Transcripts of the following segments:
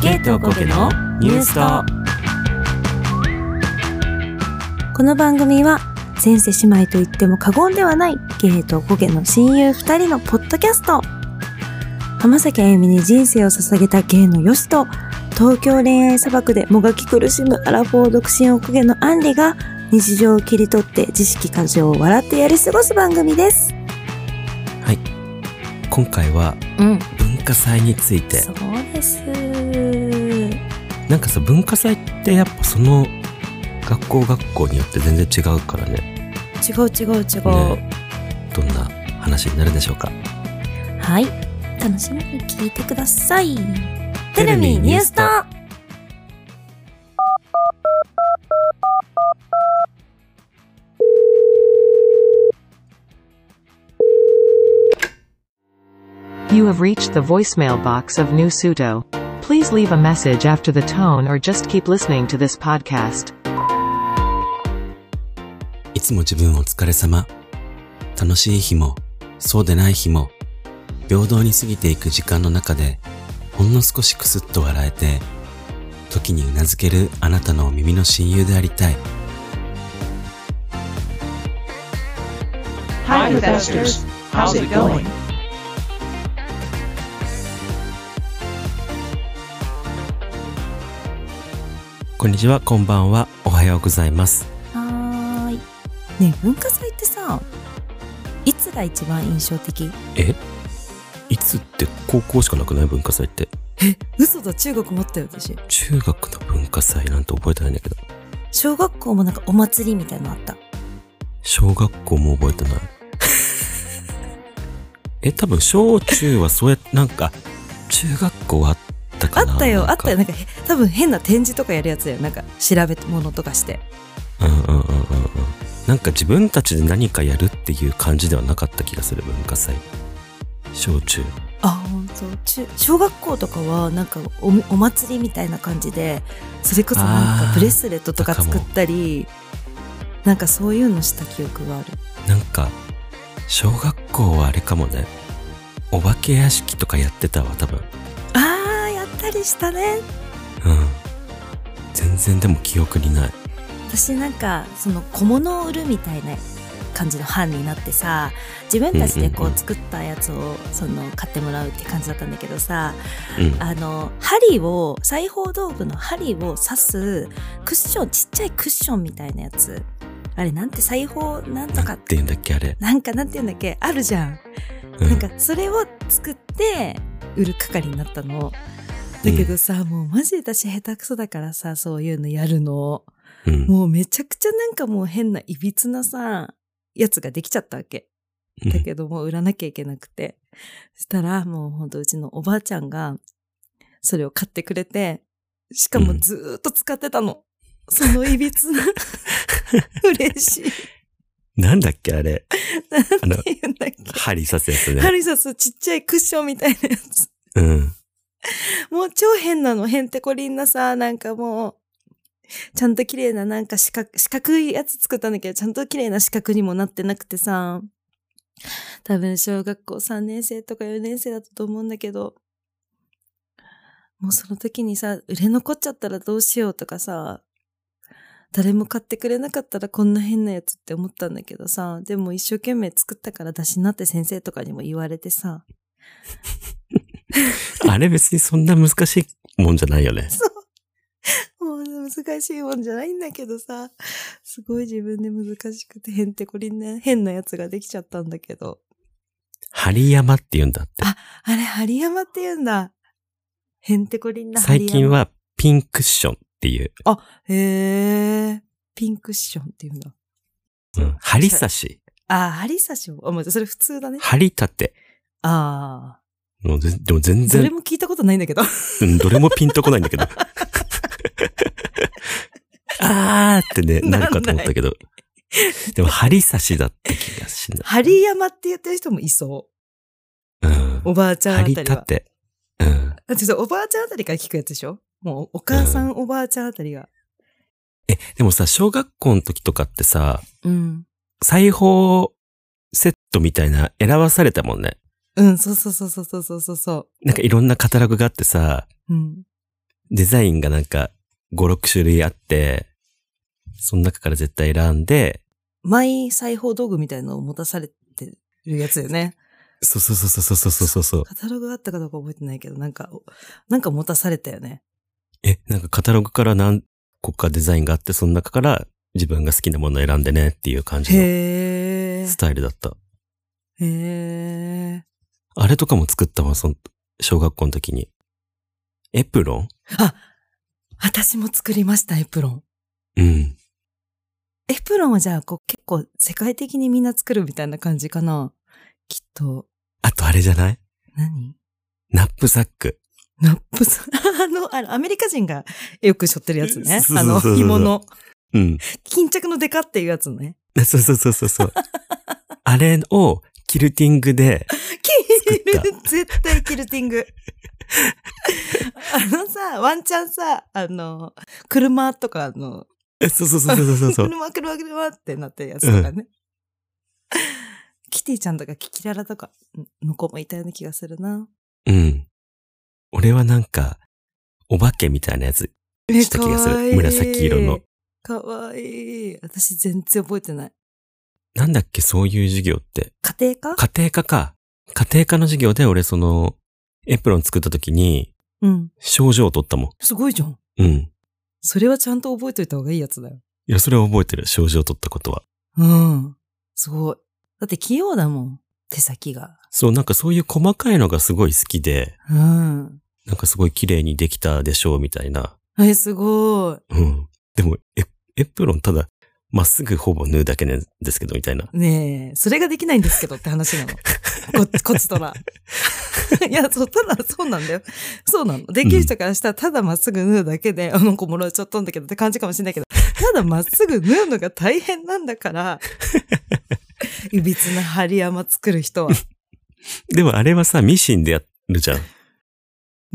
ゲイとコケのニュースと。 この番組は前世姉妹と言っても過言ではないゲイとコケの親友2人のポッドキャスト。浜崎あゆみに人生を捧げたゲイのヨシと、東京恋愛砂漠でもがき苦しむアラフォー独身おこげのアンリが日常を切り取って知識過剰を笑ってやり過ごす番組です。 はい、今回は文化祭について。 そうです。 なんかさ、文化祭ってやっぱその学校によって全然違うからね。 違う、 ね、どんな話になるでしょうか。 はい、楽しみに聞いてください。テレビニュースと。 You have reached the voicemail box of New Suto. Please leave a message after the tone or just keep listening to this podcast. いつも自分お疲れ様。楽しい日もそうでない日も平等に過ぎていく時間の中でほんの少しクスッと笑えて、時にうなずけるあなたの耳の親友でありたい。 Hi investors, how's it going? こんにちは、こんばんは、おはようございます。 はーい。ねえ、文化祭ってさ、いつが一番印象的？ いつって高校しかなくない？文化祭って。 嘘だ、中学もあったよ私。 中学の文化祭なんて覚えてないんだけど。 小学校もなんかお祭りみたいなのあった。 小学校も覚えてない。多分小中はそうやってなんか中学校あったかな。 あったよ。なんか多分変な展示とかやるやつだよ。なんか調べ物とかして。 なんか自分たちで何かやるっていう感じではなかった気がする、文化祭。小中。 あ、ほんと。小学校とかはなんか お祭りみたいな感じで、それこそなんかブレスレットとか作ったり、なんかそういうのした記憶がある。 なんか小学校はあれかもね、お化け屋敷とかやってたわ多分。 やったりしたね。 全然でも記憶にない。 私なんかその小物を売るみたいな感じの班になってさ、自分たちでこう作ったやつをその買ってもらうって感じだったんだけどさ、針を、裁縫道具の針を刺すクッション、ちっちゃいクッションみたいなやつ、あれなんて裁縫なんとかなんて言うんだっけあれ。 なんて言うんだっけあるじゃん。なんかそれを作って売る係になったの。だけどさ、もうマジで私下手くそだからさ、そういうのやるの。もうめちゃくちゃなんかもう変ないびつなさ、やつができちゃったわけ。だけどもう売らなきゃいけなくて。そしたらもうほんとうちのおばあちゃんがそれを買ってくれて、しかもずーっと使ってたの。そのいびつな。嬉しい。 なんだっけあれ。 なんて言うんだっけ。 針刺すやつね。 針刺すちっちゃいクッションみたいなやつ。もう超変なの。へんてこりんなさ、なんかもう、ちゃんと綺麗ななんか四角いやつ作ったんだけど、ちゃんと綺麗な四角にもなってなくてさ、多分小学校3年生とか4年生だったと思うんだけど、もうその時にさ、売れ残っちゃったらどうしようとかさ、誰も買ってくれなかったらこんな変なやつって思ったんだけどさ、でも一生懸命作ったから出しなって先生とかにも言われてさ。 あれ別にそんな難しいもんじゃないよね。 そう。もう難しいもんじゃないんだけどさ、すごい自分で難しくてへんてこりんな変なやつができちゃったんだけど。 針山って言うんだって。 あれ針山って言うんだ。へんてこりんな針山。最近はピンクッションっていう。 ピンクッションって言うんだ。 針刺し。 針刺しも。もうそれ普通だね。 針立て。もうでも全然。 どれも聞いたことないんだけど。 どれもピンとこないんだけど。ってね、なるかと思ったけど。でも針刺しだった気がしない。 針山って言ってる人もいそう。おばあちゃんあたりは。 針立て。 だってさ、おばあちゃんあたりから聞くやつでしょ？もうお母さん、おばあちゃんあたりが。 でもさ、小学校の時とかってさ、裁縫セットみたいな選ばされたもんね。 そう。 なんかいろんなカタログがあってさ、 デザインがなんか5、6種類あって、その中から絶対選んで、 マイ裁縫道具みたいなのを持たされてるやつよね。 そう。 カタログがあったかどうか覚えてないけど、なんか持たされたよね。 なんかカタログから何個かデザインがあって、その中から自分が好きなものを選んでねっていう感じのスタイルだった。あれとかも作ったわ、小学校の時に。エプロン？ あ、私も作りました、エプロン。 うん。 エプロンはじゃあ、結構世界的にみんな作るみたいな感じかな。きっと。 あとあれじゃない？ 何？ ナップサック。 ナップサック。アメリカ人がよく背負ってるやつね。 そう紐の。 うん。 巾着のデカっていうやつね。 そう。あれをキルティングで絶対キルティング。ワンチャンさ、車とかそう。 車ってなってるやつとかね。キティちゃんとかキキララとかの子もいたような気がするな。 うん。俺はなんか、お化けみたいなやつした気がする。紫色の。 かわいい。私全然覚えてない。 なんだっけ、そういう授業って。 家庭科？ 家庭科か。家庭科の授業で俺エプロン作った時に、賞状を取ったもん。 すごいじゃん。 うん。 それはちゃんと覚えといた方がいいやつだよ。 いや、それは覚えてる。賞状を取ったことは。 うん。すごい。だって器用だもん。手先が。 そう、なんかそういう細かいのがすごい好きで。 うん。 なんかすごい綺麗にできたでしょうみたいな。 すごい。 うん。でも、エプロンただ、まっすぐほぼ縫うだけなんですけど、みたいな。 ねえ、それができないんですけどって話なの。こちとら。いや、ただそうなんだよ。そうなの。できる人からしたらただまっすぐ縫うだけで、なんかもらっちゃったんだけどって感じかもしれないけど、ただまっすぐ縫うのが大変なんだから、いびつな針山作る人は。 でもあれはさ、ミシンでやるじゃん。 うん。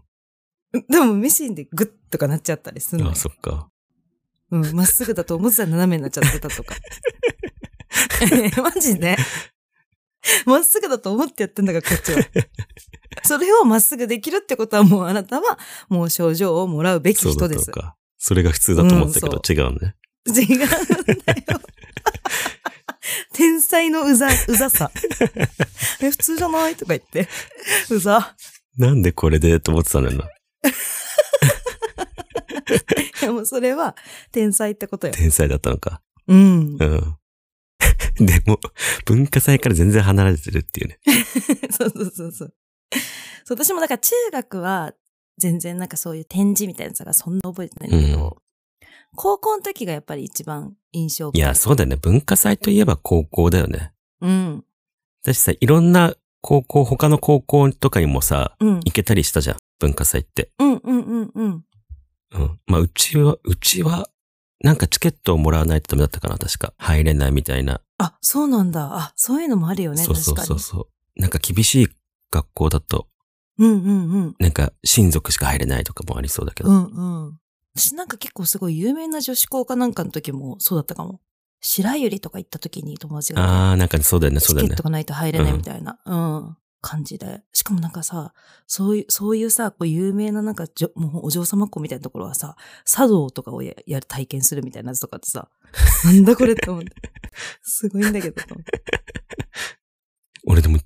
でもミシンでグッとかなっちゃったりするの。 あ、そっか。 うん、まっすぐだと思ってたら斜めになっちゃってたとか。マジでまっすぐだと思ってやってんだから、こっちは。それをまっすぐできるってことはもうあなたは、もう症状をもらうべき人です。 そうか。それが普通だと思ったけど、違うね。 違うんだよ。天才のうざさ。普通じゃないとか言って。うざ。 なんでこれでと思ってたのよな。 いやもうそれは天才ってことよ。 天才だったのか。 うん。 でも、文化祭から全然離れてるっていうね。 そう。私もだから中学は全然なんかそういう展示みたいなやつがそんな覚えてないんだけど、高校の時がやっぱり一番印象深い。 いや、そうだよね。文化祭といえば高校だよね。 うん。 私さ、いろんな他の高校とかにもさ、行けたりしたじゃん。文化祭って。 うん。 まあ、うちは、なんかチケットをもらわないとダメだったかな、確か。入れないみたいな。 あ、そうなんだ。あ、そういうのもあるよね、確かに。 そう。なんか厳しい学校だと。なんか親族しか入れないとかもありそうだけど。 私なんか結構すごい有名な女子校かなんかの時もそうだったかも。白百合とか行った時に友達が。 なんかそうだよね。 チケットがないと入れないみたいな。感じで。しかもなんかさ、そういうさ、こう有名ななんかもうお嬢様校みたいなところはさ、茶道とかを体験するみたいなやつとかってさ、なんだこれって思って。すごいんだけど。 俺でも、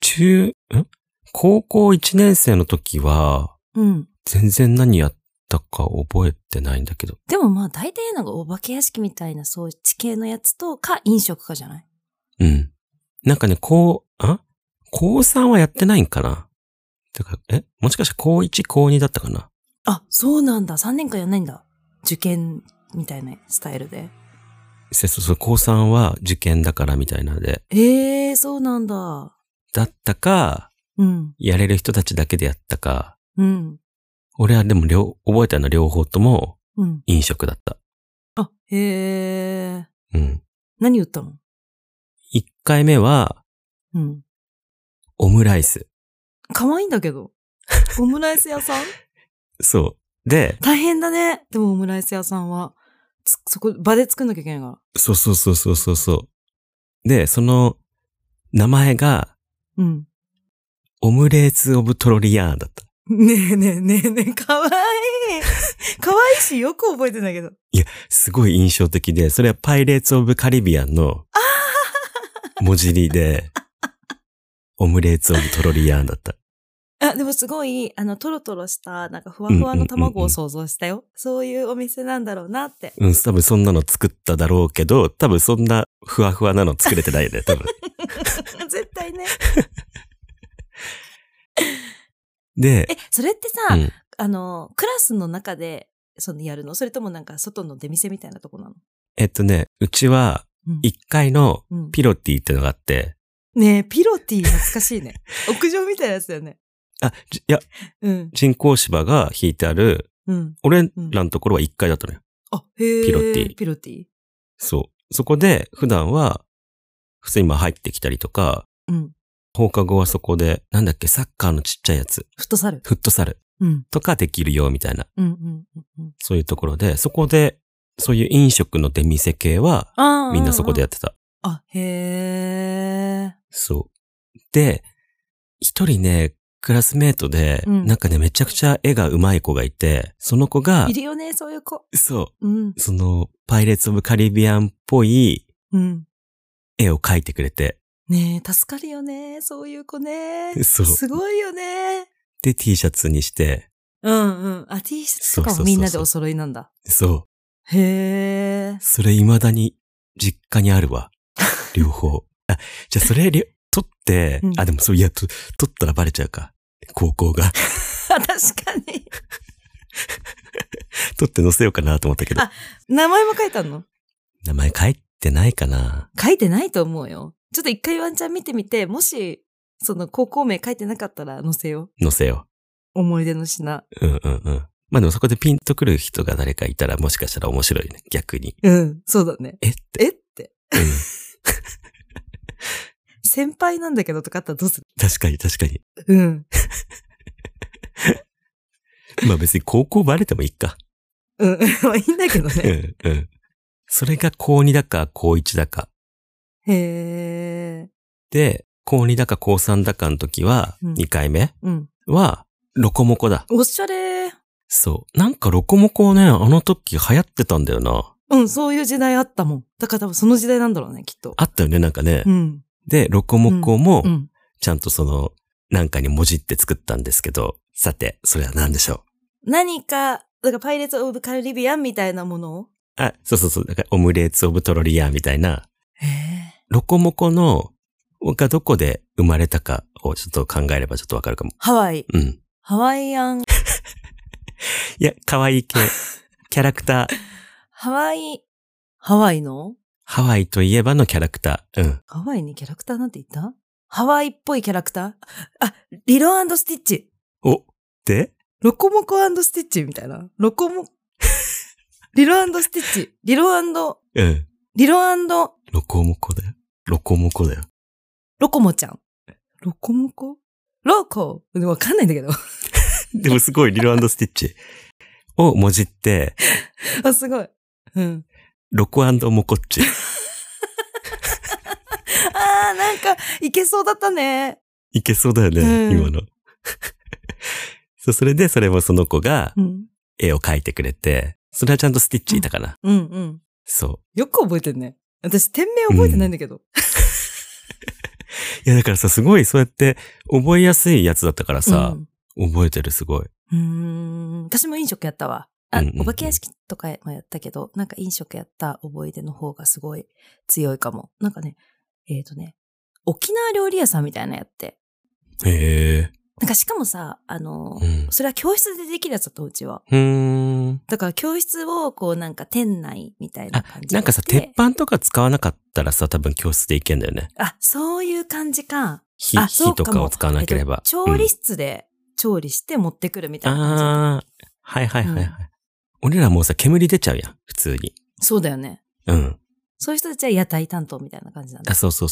高校1年生の時は、全然何やったか覚えてないんだけど。 でもまあ大体なんかお化け屋敷みたいなそういう地形のやつとか飲食かじゃない？ なんかね、高3はやってないんかな？てか、もしかして高1、高2だったかな？ あ、そうなんだ。3年間やんないんだ。受験みたいなスタイルで。 そう、高3は受験だからみたいなので。 そうなんだ。 だったか、やれる人たちだけでやったか。俺はでも覚えたのは両方とも、飲食だった。 あ、何売ったの ？1回目は、オムライス。 可愛いんだけど。オムライス屋さん？ そう。で、 大変だね。でもオムライス屋さんは。そこ、場で作んなきゃいけないから。 そう。で、その、名前が、オムレーツ・オブ・トロリアーンだった。 ねえねえねえねえ、かわいい。かわいいし、よく覚えてんだけど。 いや、すごい印象的で、それはパイレーツ・オブ・カリビアンの文字入りで、オムレーツ・オブ・トロリアンだった。 あ、でもすごい、トロトロした、なんかふわふわの卵を想像したよ。そういうお店なんだろうなって。 うん、多分そんなの作っただろうけど、多分そんなふわふわなの作れてないよね、多分。 絶対ね。 で、 それってさ、 うん、 クラスの中で、やるの？それともなんか外の出店みたいなとこなの？ うちは、1階のピロティってのがあって、 ねえ、ピロティ懐かしいね。屋上みたいなやつだよね。 あ、いや、人工芝が引いてある、俺らのところは1階だったのよ。 あ、へえ。 ピロティ。 ピロティ。 そう。そこで、普段は、普通に入ってきたりとか、放課後はそこで、なんだっけ、サッカーのちっちゃいやつ。 フットサル。 とかできるよ、みたいな。そういうところで、そこで、そういう飲食の出店系は、みんなそこでやってた。 あ、へー。 そう。で、一人ね、クラスメートで、なんかね、めちゃくちゃ絵が上手い子がいて、その子が、 いるよね、そういう子。 そう。その、パイレーツ・オブ・カリビアンっぽい、絵を描いてくれて。 ねえ、助かるよね、そういう子ね。 そう。 すごいよね。 で、T シャツにして。 あ、T シャツとかもみんなでお揃いなんだ。 そう。 へー。 それ未だに実家にあるわ。両方。あ、じゃあそれ、撮って、でもそういや、撮ったらバレちゃうか。高校が。 確かに。 撮って載せようかなと思ったけど。 あ、名前も書いてあるの？ 名前書いてないかな。 書いてないと思うよ。ちょっと一回ワンチャン見てみて、もし、高校名書いてなかったら載せよう。 載せよう。思い出の品。 まあでもそこでピンとくる人が誰かいたらもしかしたら面白いね、逆に。 そうだね。 えって。 先輩なんだけどとかあったらどうする？ 確かに。まあ別に高校バレてもいいか。 まあいいんだけどね。 それが高2だか高1だか。 へー。 で、高2だか高3だかの時は、2回目は、ロコモコだ。 おしゃれー。 そう。なんかロコモコね、あの時流行ってたんだよな。 そういう時代あったもん。だから多分その時代なんだろうね、きっと。 あったよね、なんかね。で、ロコモコも、ちゃんとなんかにもじって作ったんですけど、さて、それは何でしょう？何か、だからパイレーツ・オブ・カリビアンみたいなものを？ あ、そう。だからオムレーツ・オブ・トロリアンみたいな。ロコモコの、がどこで生まれたかをちょっと考えればちょっとわかるかも。 ハワイ。ハワイアン。 いや、可愛い系。キャラクター。 ハワイの？ ハワイといえばのキャラクター。 ハワイにキャラクターなんて言った？ハワイっぽいキャラクター？あ、リロ&スティッチ。 で？ ロコモコ&スティッチみたいな。リロ&スティッチ。リロコモコだよ。ロコモコだよ。 ロコモちゃん。ロコモコ？ロコわかんないんだけど。 でもすごい、リロ&スティッチをもじって、 あ、すごい。 ロコ&モコッチ。 なんか、いけそうだったね。 いけそうだよね、今の。そう、それで、それもその子が、絵を描いてくれて、それはちゃんとスティッチいたかな。そう。 よく覚えてるね。私、店名覚えてないんだけど。 いや、だからさ、すごい、そうやって、覚えやすいやつだったからさ、覚えてる、すごい。 私も飲食やったわ。お化け屋敷とかもやったけど、なんか飲食やった思い出の方がすごい強いかも。なんかね、沖縄料理屋さんみたいなやって。 へー。 なんかしかもさ、それは教室でできるやつだった、うちは。だから教室をこうなんか店内みたいな感じで。 なんかさ、鉄板とか使わなかったらさ、多分教室でいけんだよね。 あ、そういう感じか。 火とかを使わなければ。 調理室で調理して持ってくるみたいな感じ。 はい。俺らもうさ、煙出ちゃうやん、普通に。 そうだよね。そういう人たちは屋台担当みたいな感じなんだ。 そう。ち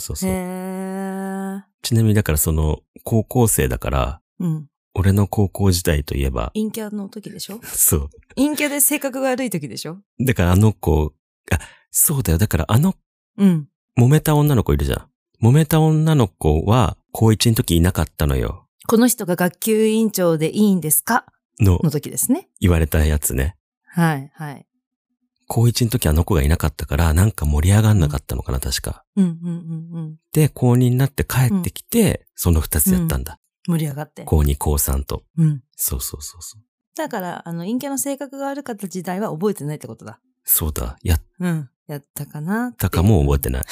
なみにだから高校生だから、俺の高校時代といえば。 陰キャの時でしょ？ そう。 陰キャで性格が悪い時でしょ？ だからそうだよ。だから揉めた女の子いるじゃん。揉めた女の子は、高1の時いなかったのよ。 この人が学級委員長でいいんですかの時ですね。 言われたやつね。 はい、はい。 高一の時あの子がいなかったから、なんか盛り上がんなかったのかな、確か。で、高2になって帰ってきて、その2つやったんだ。 盛り上がって。 高2、高3と。そう。 だから、陰キャの性格が悪かった時代は覚えてないってことだ。 そうだ。 やったかなって。 だかも覚えてない。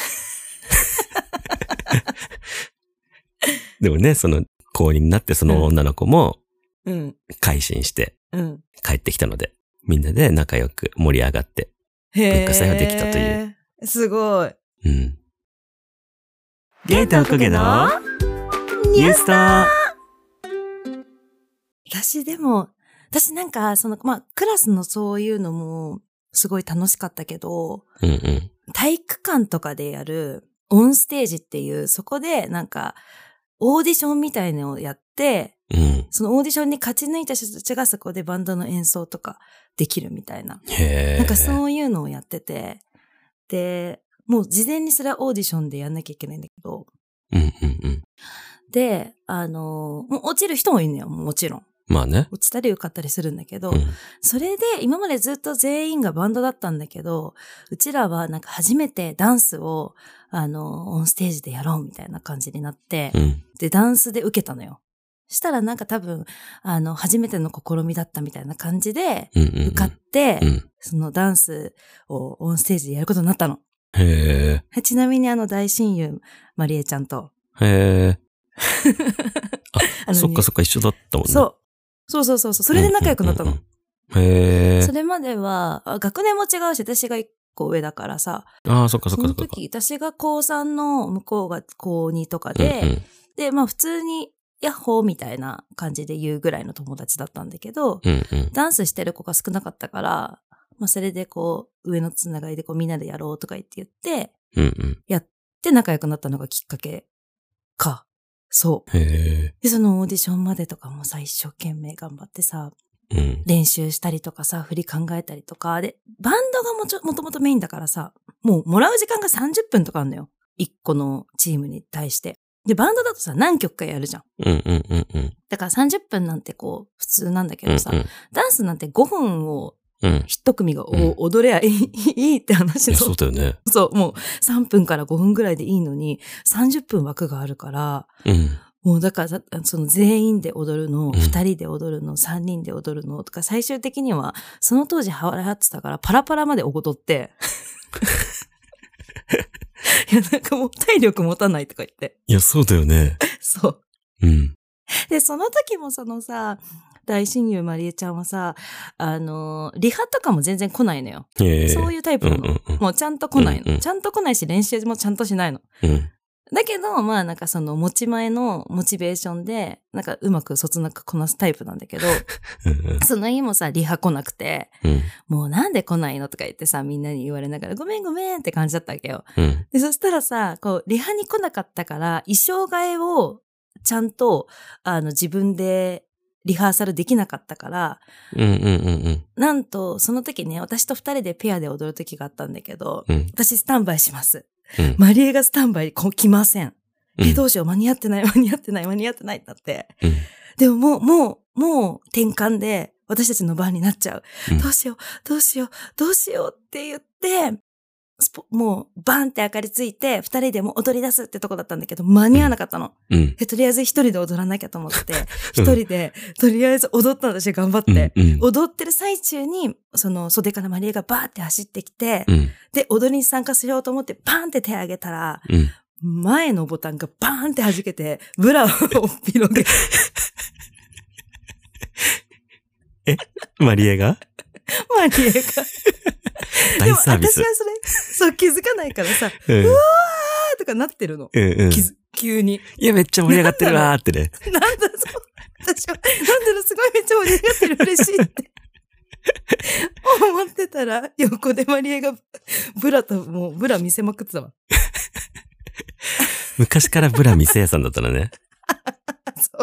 でもね、その、高2になってその女の子も、改心して、帰ってきたので、みんなで仲良く盛り上がって、文化祭ができたという。 すごい。 ゲートおこげのニュースター。 私なんか、クラスのそういうのも、すごい楽しかったけど、体育館とかでやる、オンステージっていう、そこでなんか、オーディションみたいのをやって、そのオーディションに勝ち抜いた人たちがそこでバンドの演奏とかできるみたいな。なんかそういうのをやってて、で、もう事前にそれはオーディションでやんなきゃいけないんだけど、で、もう落ちる人もいるのよ、もちろん。 まあね。 落ちたり受かったりするんだけど、それで今までずっと全員がバンドだったんだけど、うちらはなんか初めてダンスを、オンステージでやろうみたいな感じになって、で、ダンスで受けたのよ。したらなんか多分、初めての試みだったみたいな感じで、受かって、そのダンスをオンステージでやることになったの。ちなみに大親友、まりえちゃんと。 そっか一緒だったもんね。 そう。それで仲良くなったの。それまでは、学年も違うし、私が1個上だからさ。 そっか。 その時、私が高3の向こうが高2とかで、で、まあ普通に、ヤッホーみたいな感じで言うぐらいの友達だったんだけど、ダンスしてる子が少なかったから、まあそれで上のつながりでみんなでやろうとか言ってやって仲良くなったのがきっかけか。そう。で、そのオーディションまでとかもさ、一生懸命頑張ってさ、練習したりとかさ、振り考えたりとか、で、バンドがもともとメインだからさ、もうもらう時間が30分とかあるのよ。1個のチームに対して。で、バンドだとさ、何曲かやるじゃん。だから30分なんて普通なんだけどさ、ダンスなんて5分を一組が踊れゃいいって話の。 そうだよね。 そう、もう3分から5分ぐらいでいいのに、30分枠があるから、もうだから、その全員で踊るの、2人で踊るの、3人で踊るのとか、最終的には、その当時流行ってたから、パラパラまで踊って、いや、なんかもう体力持たないとか言って。 いや、そうだよね。 そう。で、その時もそのさ、大親友まりえちゃんはさ、リハとかも全然来ないのよ。そういうタイプなの。もうちゃんと来ないの。ちゃんと来ないし、練習もちゃんとしないの。だけど、まあなんかその持ち前のモチベーションで、なんかうまくそつなくこなすタイプなんだけど、その日もさ、リハ来なくて、もうなんで来ないのとか言ってさ、みんなに言われながら、ごめんって感じだったわけよ。で、そしたらさ、リハに来なかったから、衣装替えをちゃんと、自分で、リハーサルできなかったから、なんと、その時ね、私と2人でペアで踊る時があったんだけど、私スタンバイします。マリエがスタンバイ来ません。どうしよう、間に合ってないってなって。でももう転換で私たちの番になっちゃう。どうしようって言って、もうバンって明かりついて、二人でも踊り出すってとこだったんだけど、間に合わなかったの。とりあえず一人で踊らなきゃと思って、一人で、とりあえず踊ったの、私頑張って。踊ってる最中に、その袖からマリエがバーって走ってきて、で、踊りに参加しようと思って、バーンって手上げたら、前のボタンがバーンって弾けて、ブラを広げマリエが大サービス。 でも私はそう気づかないからさ、うわーとかなってるの。急に。 いや、めっちゃ盛り上がってるわーってね。 私は、すごいめっちゃ盛り上がってる嬉しいって。思ってたら、横でマリエがブラ見せまくってたわ。 昔からブラ見せ屋さんだったのね。 そう。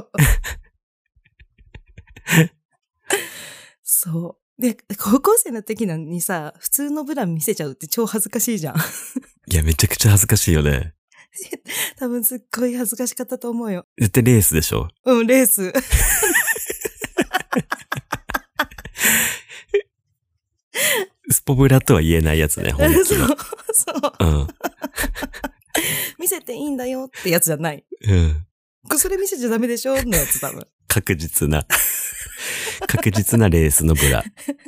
そう。で、高校生の時なのにさ、普通のブラ見せちゃうって超恥ずかしいじゃん。 いや、めちゃくちゃ恥ずかしいよね。 多分すっごい恥ずかしかったと思うよ。 絶対レースでしょ。 うん、レース。 スポブラとは言えないやつね、本気の。 そう。 うん。 見せていいんだよってやつじゃない。 うん。 それ見せちゃダメでしょのやつ多分。 確実なレースのブラ。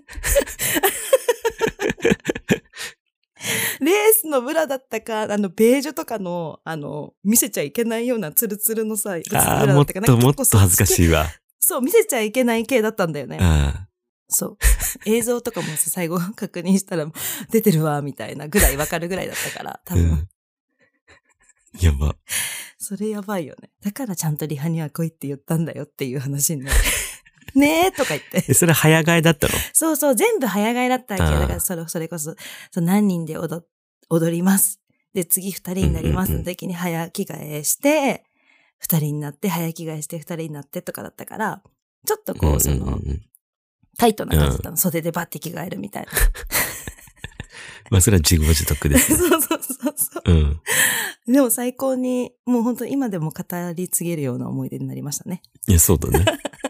レースのブラだったか、ベージュとかの、見せちゃいけないようなツルツルのさ、ブラだったかな。 もっと恥ずかしいわ。 そう、見せちゃいけない系だったんだよね。そう。映像とかもさ、最後確認したら、出てるわ、みたいなぐらいわかるぐらいだったから、多分。 うん、やば。 それやばいよね。だからちゃんとリハには来いって言ったんだよっていう話になる。ねえとか言って。 それ早替えだったの？ そうそう、全部早替えだったわけ。だからそれこそ、何人で踊ります。で、次2人になりますの時に早着替えして、2人になって、早着替えして2人になってとかだったから、ちょっとこう、タイトな感じだったの。袖でバッて着替えるみたいな。 まあ、それは自業自得ですね。 そう。うん。でも最高に、もう本当今でも語り継げるような思い出になりましたね。 いや、そうだね。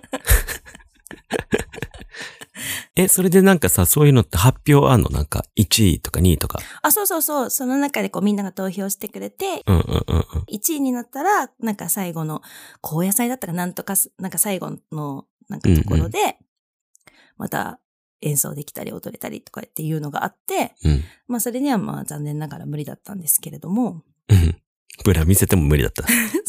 それでなんかさ、そういうのって発表あんの？なんか、1位とか2位とか。 あ、そう。その中でこうみんなが投票してくれて、1位になったら、なんか最後の、高野菜だったかなんか最後の、なんかところで、また演奏できたり踊れたりとかっていうのがあって、まあそれにはまあ残念ながら無理だったんですけれども。 ブラ見せても無理だった。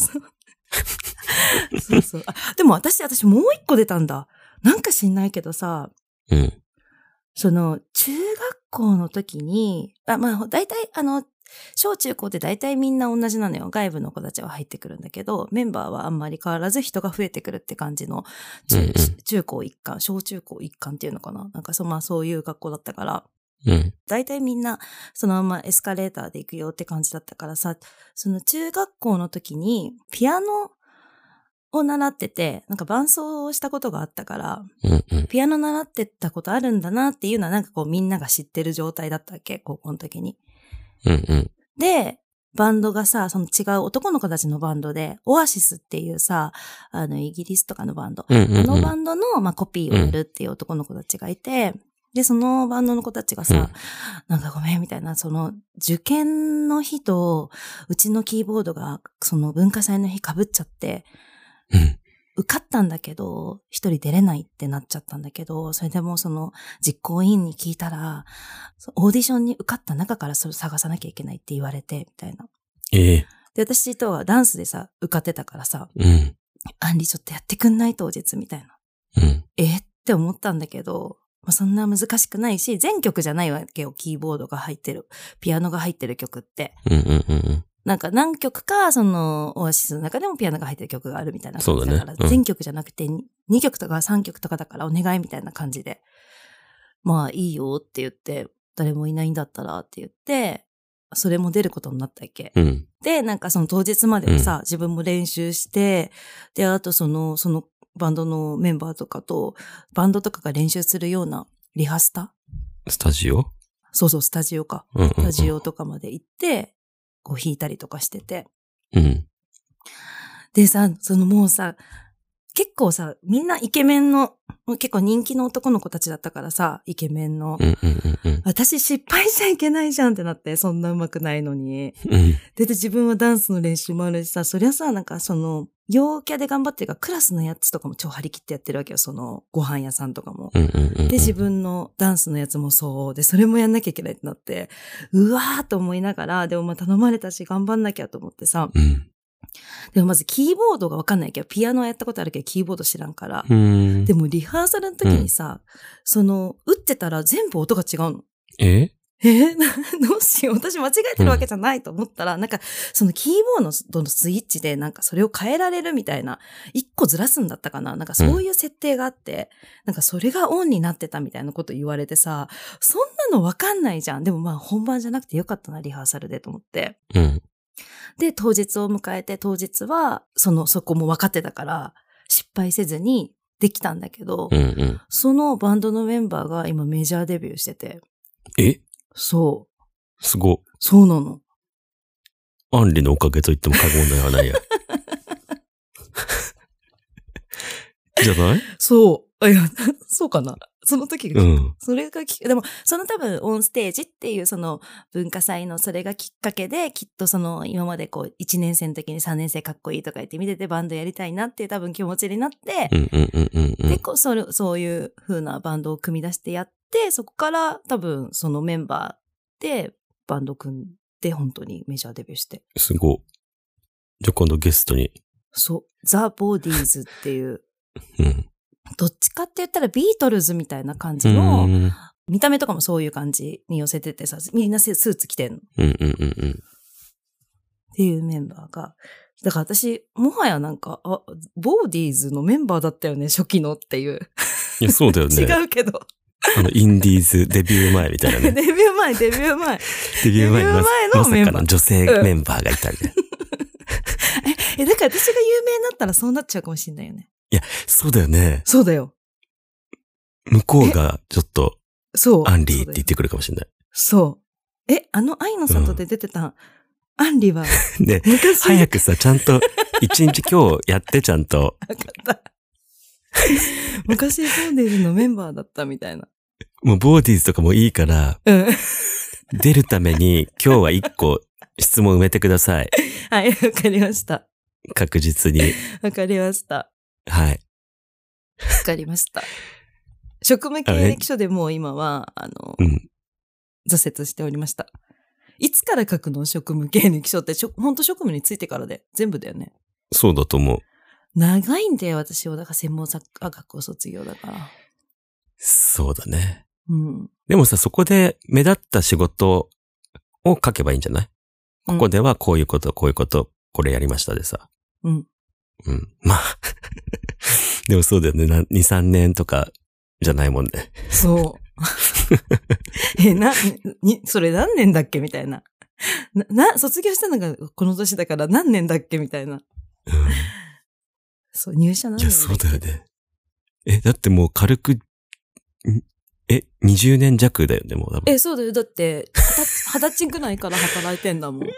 そう。でも私もう一個出たんだ。なんか知んないけどさ、中学校の時に、まあ、大体、小中高って大体みんな同じなのよ。外部の子たちは入ってくるんだけど、メンバーはあんまり変わらず人が増えてくるって感じの、中高一貫、小中高一貫っていうのかな。なんかまあそういう学校だったから、大体みんなそのままエスカレーターで行くよって感じだったからさ、その中学校の時にピアノを習ってて、なんか伴奏をしたことがあったから、ピアノ習ってたことあるんだなっていうのはなんかこうみんなが知ってる状態だったわけ、高校の時に。で、バンドがさ、その違う男の子たちのバンドで、オアシスっていうさ、イギリスとかのバンド。のバンドの、まあ、コピーをやるっていう男の子たちがいて、で、そのバンドの子たちがさ、なんかごめんみたいな、その受験の日と、うちのキーボードがその文化祭の日被っちゃって、受かったんだけど、一人出れないってなっちゃったんだけど、それでもその実行委員に聞いたら、オーディションに受かった中からそれを探さなきゃいけないって言われて、みたいな。で、私とはダンスでさ、受かってたからさ、アンリちょっとやってくんない当日みたいな。って思ったんだけど、まあ、そんな難しくないし、全曲じゃないわけよ、キーボードが入ってる、ピアノが入ってる曲って。なんか何曲か、その、オアシスの中でもピアノが入ってる曲があるみたいな感じだから、全曲じゃなくて2曲とか3曲とかだからお願いみたいな感じで、まあいいよって言って、誰もいないんだったらって言って、それも出ることになったっけ。で、なんかその当日まではさ、自分も練習して、で、あとそのバンドのメンバーとかと、バンドとかが練習するようなリハスタ？ スタジオ？ そう、スタジオか。スタジオとかまで行って、こう弾いたりとかしてて。でさ、もうさ、結構さ、みんなイケメンの、結構人気の男の子たちだったからさ、イケメンの。私失敗しちゃいけないじゃんってなって、そんな上手くないのに。で、自分はダンスの練習もあるしさ、そりゃさ、なんか陽キャで頑張ってるから、クラスのやつとかも超張り切ってやってるわけよ、ご飯屋さんとかも。で、自分のダンスのやつもそう。で、それもやんなきゃいけないってなって、うわーと思いながら、でもまあ頼まれたし頑張んなきゃと思ってさ。でもまずキーボードがわかんないけど、ピアノはやったことあるけど、キーボード知らんから。でもリハーサルの時にさ、打ってたら全部音が違うの。どうしよう。私間違えてるわけじゃないと思ったら、なんか、そのキーボードのスイッチで、なんかそれを変えられるみたいな、一個ずらすんだったかな。なんかそういう設定があって、なんかそれがオンになってたみたいなこと言われてさ、そんなのわかんないじゃん。でもまあ本番じゃなくてよかったな、リハーサルでと思って。で、当日を迎えて、当日は、そこも分かってたから、失敗せずにできたんだけど、そのバンドのメンバーが今メジャーデビューしてて。そう。 すご。 そうなの。 アンリのおかげと言っても過言ではないや。じゃない？ そう。いや、そうかな。その時が、それがでも、その多分、オンステージっていうその文化祭のそれがきっかけで、きっとその今までこう、1年生の時に3年生かっこいいとか言って見ててバンドやりたいなっていう多分気持ちになって、で、そういう風なバンドを組み出してやって、そこから多分そのメンバーでバンド組んで本当にメジャーデビューして。 すごい。じゃあ今度ゲストに。 そう。ザ・ボディーズっていう。 うん。 どっちかって言ったらビートルズみたいな感じの、見た目とかもそういう感じに寄せててさ、みんなスーツ着てんの。っていうメンバーが。だから私、もはやなんか、ボディーズのメンバーだったよね、初期のっていう。 いや、そうだよね。 違うけど。 インディーズデビュー前みたいなね。 デビュー前のメンバー。 まさかの女性メンバーがいたりね。 だから私が有名になったらそうなっちゃうかもしれないよね。 いや、そうだよね。 そうだよ。 向こうがちょっと、 そう。 アンリーって言ってくるかもしれない。 そう。愛の里で出てた、アンリは。 ね、早くさ、ちゃんと、一日今日やってちゃんと。 わかった。昔ボーディーズのメンバーだったみたいな。 もうボーディーズとかもいいから、出るために今日は一個質問埋めてください。 はい、わかりました。 確実に。 わかりました。 はい。 わかりました。職務経歴書でもう今は、挫折しておりました。いつから書くの？職務経歴書って、本当職務についてからで、全部だよね。 そうだと思う。 長いんだよ、私は。だから専門学校を卒業だから。 そうだね。 うん。 でもさ、そこで目立った仕事を書けばいいんじゃない？ここではこういうこと、これやりましたでさ。 うん。 うん。まあ。でもそうだよね。2、3年とかじゃないもんね。 そう。それ何年だっけみたいな。卒業したのがこの年だから何年だっけみたいな。そう、入社何年だっけ？ いや、そうだよね。だってもう軽く、20年弱だよね、もう多分。 そうだよ。だって、20歳くらいから働いてんだもん。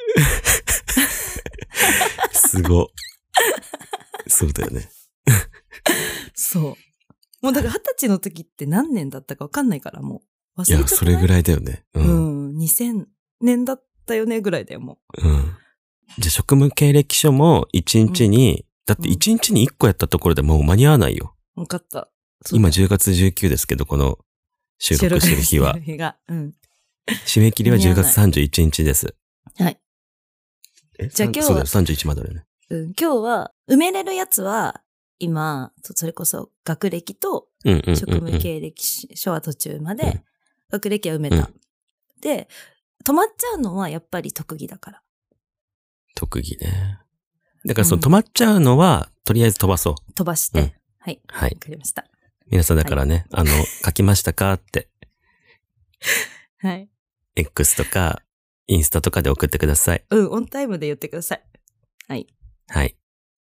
すご。そうだよね。 そう。もうだから20歳の時って何年だったか分かんないからもう忘れちゃった。いや、 それぐらいだよね。 2000年だったよねぐらいだよ、もう。 じゃあ職務経歴書も1日に、だって1日に1個やったところでもう間に合わないよ。 分かった。 今10月19ですけど、この収録してる日は。締め切りは10月31日です。 はい。じゃあ今日は。 そうだよ、31までだよね。 今日は、埋めれるやつは、今、それこそ学歴と職務経歴書は途中まで、学歴は埋めた。で、止まっちゃうのはやっぱり特技だから。 特技ね。だから止まっちゃうのは、とりあえず飛ばそう。 飛ばして。はい。 はい。 わかりました。 皆さんだからね、書きましたかって。 はい。 X とか、インスタとかで送ってください。 オンタイムで言ってください。はい。 はい。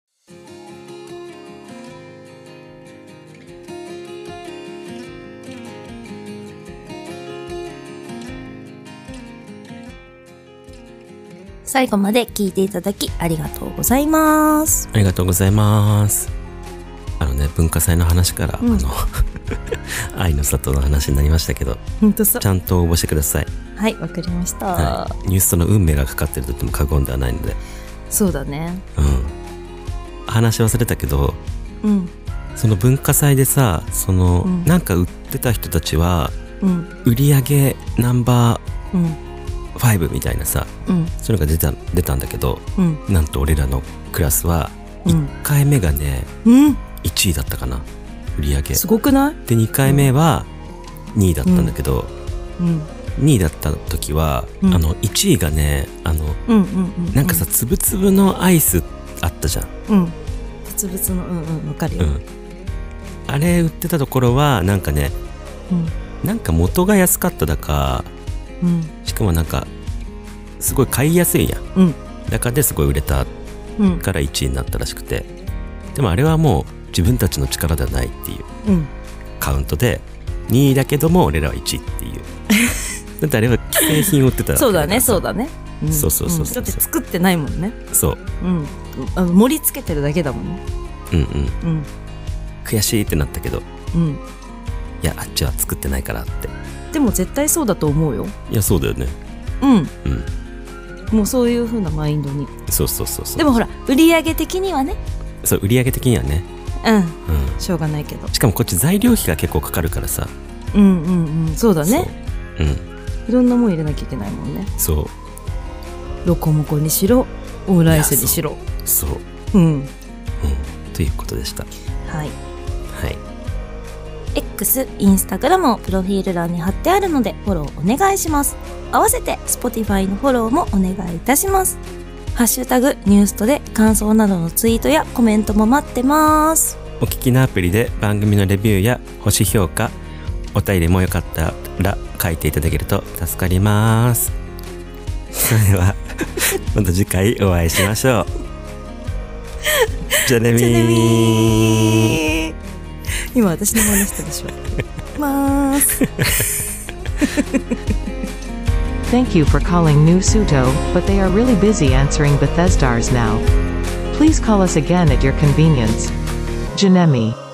最後まで聞いていただきありがとうございます。 ありがとうございます。文化祭の話から、愛の里の話になりましたけど、ちゃんと応募してください。 はい、わかりました。 ニュースとの運命がかかってると言っても過言ではないので。 そうだね。 話し忘れたけど、その文化祭でさ、なんか売ってた人たちは、売り上げナンバー5みたいなさ、そういうのが出たんだけど、なんと俺らのクラスは1回目がね、1位だったかな、売り上げ。 すごくない？ で2回目は2位だったんだけど、2位だった時は、1位がね、なんかさ、つぶつぶのアイスあったじゃん。 つぶつぶの、わかるよ。 あれ売ってたところはなんかね、なんか元が安かっただか、しかもなんかすごい買いやすいやん。だからですごい売れたから1位になったらしくて、でもあれはもう自分たちの力ではないっていうカウントで、2位だけども俺らは1位っていう。だってあれは既製品を売ってたわけだから。 そうだね。 うん、 そうそうそうそう、 だって作ってないもんね。 そう、 盛り付けてるだけだもんね。 悔しいってなったけど、いやあっちは作ってないからって。 でも絶対そうだと思うよ。 いやそうだよね。 もうそういう風なマインドに。 そうそうそうそう。 でもほら売上的にはね。 そう売上的にはね。 しょうがないけど。 しかもこっち材料費が結構かかるからさ。 そうだね。いろんなもん入れなきゃいけないもんね。 そう。 ロコモコにしろ、オムライスにしろ。 そう。ということでした。 はい。 はい。 X、インスタグラムをプロフィール欄に貼ってあるのでフォローお願いします。合わせて Spotify のフォローもお願いいたします。ハッシュタグニュースとで感想などのツイートやコメントも待ってます。 お聞きのアプリで番組のレビューや星評価、お便りもよかったら書いていただけると助かります。それではまた次回お会いしましょう。じゃねみー。 今私の真似したでしょ。まーす。 Thank you for calling New Suto, but they are really busy answering Bethesdars now. Please call us again at your convenience. Janemi.